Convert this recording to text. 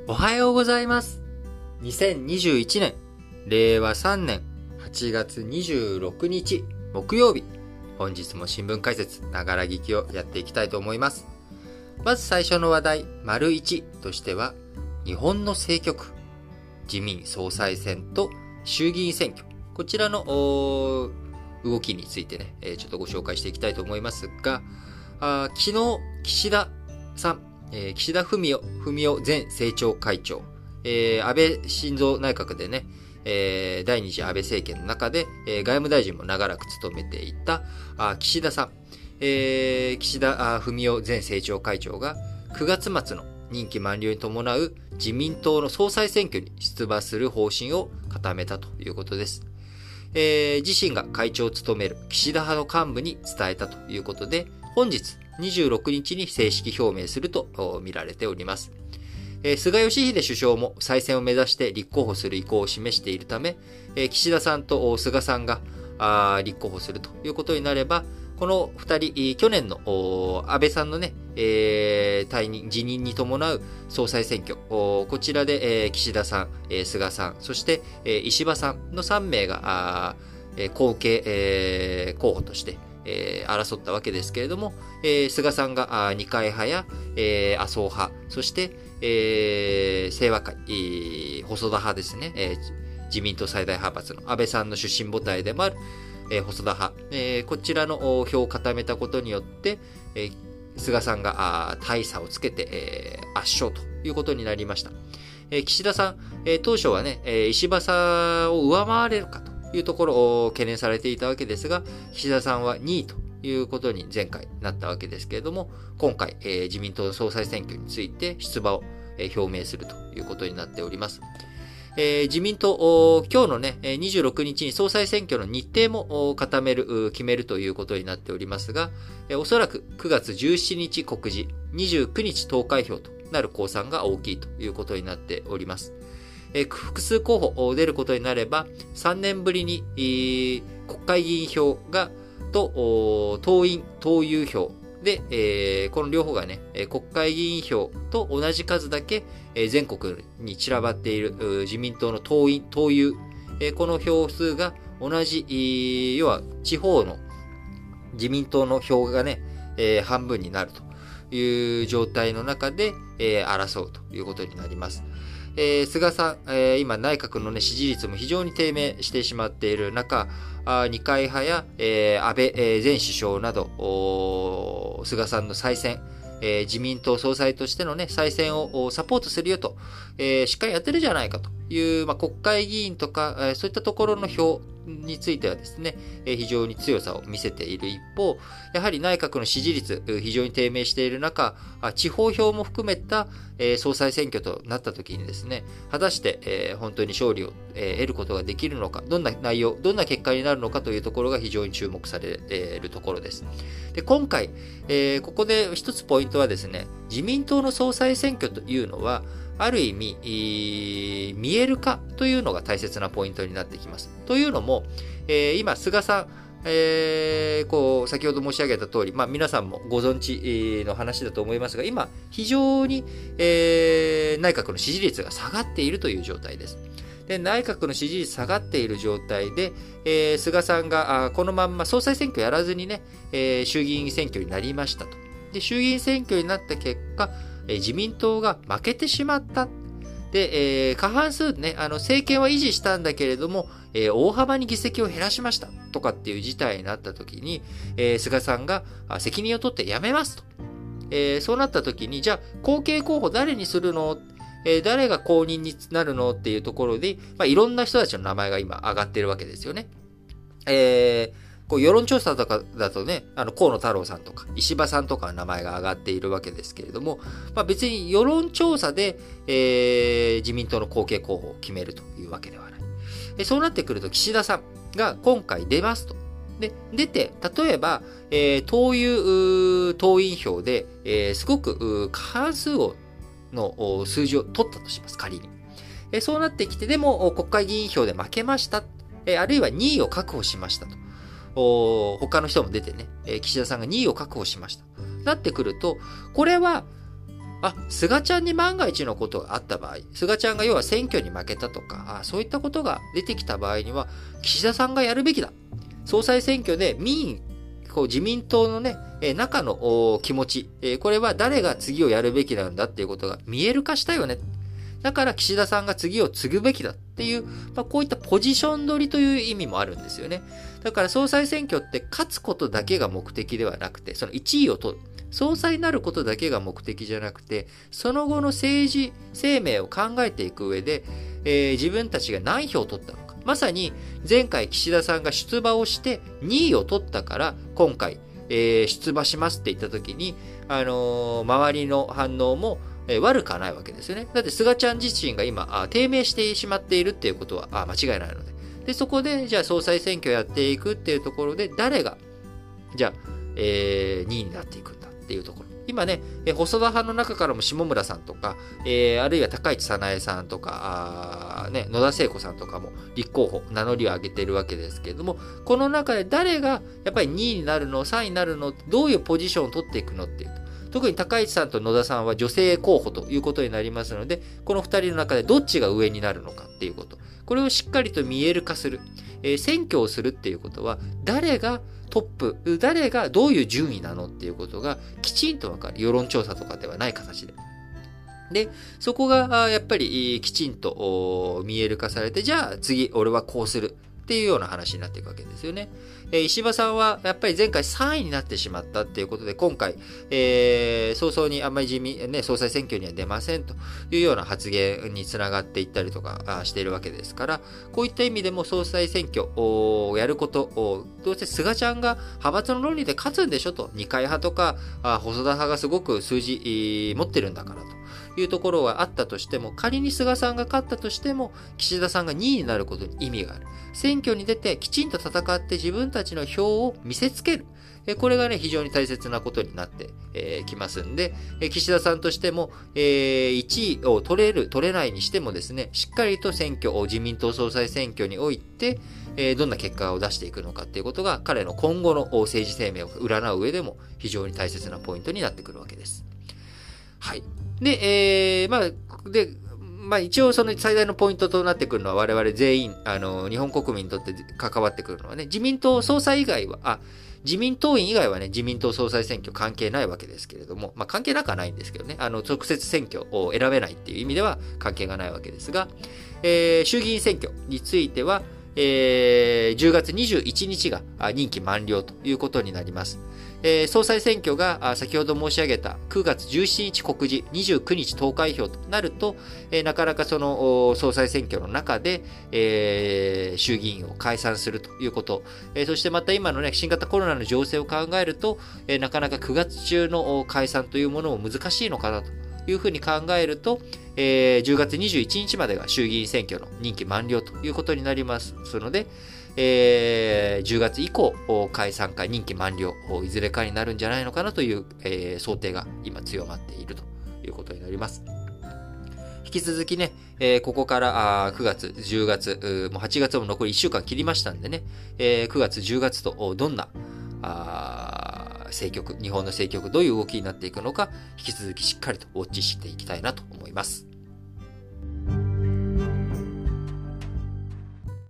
おはようございます。2021年、令和3年8月26日木曜日、本日も新聞解説、ながら聞きをやっていきたいと思います。まず最初の話題、丸1としては、日本の政局、自民総裁選と衆議院選挙、こちらの動きについてね、ちょっとご紹介していきたいと思いますが、昨日、岸田さん、岸田文雄前政調会長、安倍晋三内閣でね、第二次安倍政権の中で、外務大臣も長らく務めていた岸田さん、岸田文雄前政調会長が9月末の任期満了に伴う自民党の総裁選挙に出馬する方針を固めたということです。自身が会長を務める岸田派の幹部に伝えたということで、本日26日に正式表明すると見られております。菅義偉首相も再選を目指して立候補する意向を示しているため、岸田さんと菅さんが立候補するということになれば、この2人、去年の安倍さんのね、辞任に伴う総裁選挙、こちらで岸田さん、菅さん、そして石破さんの3名が後継候補として争ったわけですけれども、菅さんが二階派や麻生派、そして清和会、細田派ですね、自民党最大派閥の安倍さんの出身母体でもある細田派、こちらの票を固めたことによって、菅さんが大差をつけて圧勝ということになりました。岸田さん、当初はね、石破さんを上回れるかというところを懸念されていたわけですが、岸田さんは2位ということに前回なったわけですけれども、今回、自民党総裁選挙について出馬を表明するということになっております。自民党、今日のね、26日に総裁選挙の日程も決めるということになっておりますが、おそらく9月17日告示、29日投開票となる公算が大きいということになっております。複数候補出ることになれば、3年ぶりに国会議員票と党員・党友票で、この両方がね、国会議員票と同じ数だけ全国に散らばっている自民党の党員・党友、この票数が同じ、要は地方の自民党の票がね、半分になるという状態の中で、争うということになります。菅さん、今内閣の、ね、支持率も非常に低迷してしまっている中、二階派や、安倍、前首相など、菅さんの再選、自民党総裁としての、ね、再選をサポートするよと、しっかりやってるじゃないかという、国会議員とか、そういったところの票についてはですね、非常に強さを見せている一方、やはり内閣の支持率、非常に低迷している中、地方票も含めた総裁選挙となった時にですね、果たして本当に勝利を得ることができるのか、どんな内容、どんな結果になるのかというところが非常に注目されるところです。で、今回、ここで一つポイントはですね、自民党の総裁選挙というのは、ある意味、見える化というのが大切なポイントになってきます。というのも、今、菅さん、先ほど申し上げた通り、皆さんもご存知の話だと思いますが、今、非常に、内閣の支持率が下がっているという状態です。で、内閣の支持率下がっている状態で、菅さんがこのまんま総裁選挙やらずにね、衆議院選挙になりましたと。で、衆議院選挙になった結果、自民党が負けてしまった。で、過半数ね、政権は維持したんだけれども、大幅に議席を減らしましたとかっていう事態になった時に、菅さんが責任を取って辞めますと。そうなった時に、じゃあ、後継候補誰にするの？誰が後任になるのっていうところで、いろんな人たちの名前が今上がってるわけですよね。世論調査とかだとね、河野太郎さんとか、石破さんとかの名前が上がっているわけですけれども、別に世論調査で、自民党の後継候補を決めるというわけではない。そうなってくると、岸田さんが今回出ますと。で、出て、例えば、党員票で、すごく過半数の数字を取ったとします、仮に。そうなってきて、でも国会議員票で負けました。あるいは2位を確保しましたと。他の人も出てね、岸田さんが2位を確保しました。なってくると、これは、 菅ちゃんに万が一のことがあった場合、菅ちゃんが要は選挙に負けたとか、そういったことが出てきた場合には、岸田さんがやるべきだ。総裁選挙で自民党のね、中の気持ち、これは誰が次をやるべきなんだっていうことが見える化したよね。だから岸田さんが次を継ぐべきだっていう、こういったポジション取りという意味もあるんですよね。だから総裁選挙って勝つことだけが目的ではなくて、その1位を取る。総裁になることだけが目的じゃなくて、その後の政治生命を考えていく上で、自分たちが何票を取ったのか。まさに前回岸田さんが出馬をして2位を取ったから今回、出馬しますって言った時に、周りの反応も悪くはないわけですよね。だって菅ちゃん自身が今低迷してしまっているっていうことは間違いないので。で、そこでじゃあ総裁選挙やっていくっていうところで誰がじゃあ、2位になっていくんだっていうところ。今ね、細田派の中からも下村さんとか、あるいは高市早苗さんとか、野田聖子さんとかも立候補、名乗りを上げているわけですけれども、この中で誰がやっぱり2位になるの、3位になるの、どういうポジションを取っていくのっていうと。特に高市さんと野田さんは女性候補ということになりますので、この2人の中でどっちが上になるのかっていうこと。これをしっかりと見える化する。選挙をするっていうことは、誰がトップ、誰がどういう順位なのっていうことがきちんとわかる。世論調査とかではない形で。で、そこがやっぱりきちんと見える化されて、じゃあ次俺はこうするっていうような話になっていくわけですよね。石破さんはやっぱり前回3位になってしまったっていうことで、今回、早々にあんまり総裁選挙には出ませんというような発言につながっていったりとかしているわけですから、こういった意味でも総裁選挙をやることを、どうせ菅ちゃんが派閥の論理で勝つんでしょと、二階派とか細田派がすごく数字持ってるんだからと。いうところはあったとしても、仮に菅さんが勝ったとしても、岸田さんが2位になることに意味がある。選挙に出てきちんと戦って自分たちの票を見せつける。これがね、非常に大切なことになってきますんで、岸田さんとしても、1位を取れないにしてもですね、しっかりと自民党総裁選挙において、どんな結果を出していくのかっていうことが、彼の今後の政治生命を占う上でも非常に大切なポイントになってくるわけです。はい。で、一応その最大のポイントとなってくるのは我々全員、日本国民にとって関わってくるのはね、自民党総裁以外は、自民党員以外はね、自民党総裁選挙関係ないわけですけれども、関係なくはないんですけどね、直接選挙を選べないっていう意味では関係がないわけですが、衆議院選挙については、10月21日が任期満了ということになります。総裁選挙が先ほど申し上げた9月17日告示、29日投開票となると、なかなかその総裁選挙の中で、衆議院を解散するということ、そしてまた今のね、新型コロナの情勢を考えると、なかなか9月中の解散というものも難しいのかなというふうに考えると、10月21日までが衆議院選挙の任期満了ということになりますので、10月以降、解散か任期満了、いずれかになるんじゃないのかなという、想定が今強まっているということになります。引き続きね、ここから9月、10月、もう8月も残り1週間切りましたんでね、9月、10月とどんな日本の政局、どういう動きになっていくのか、引き続きしっかりとウォッチしていきたいなと思います。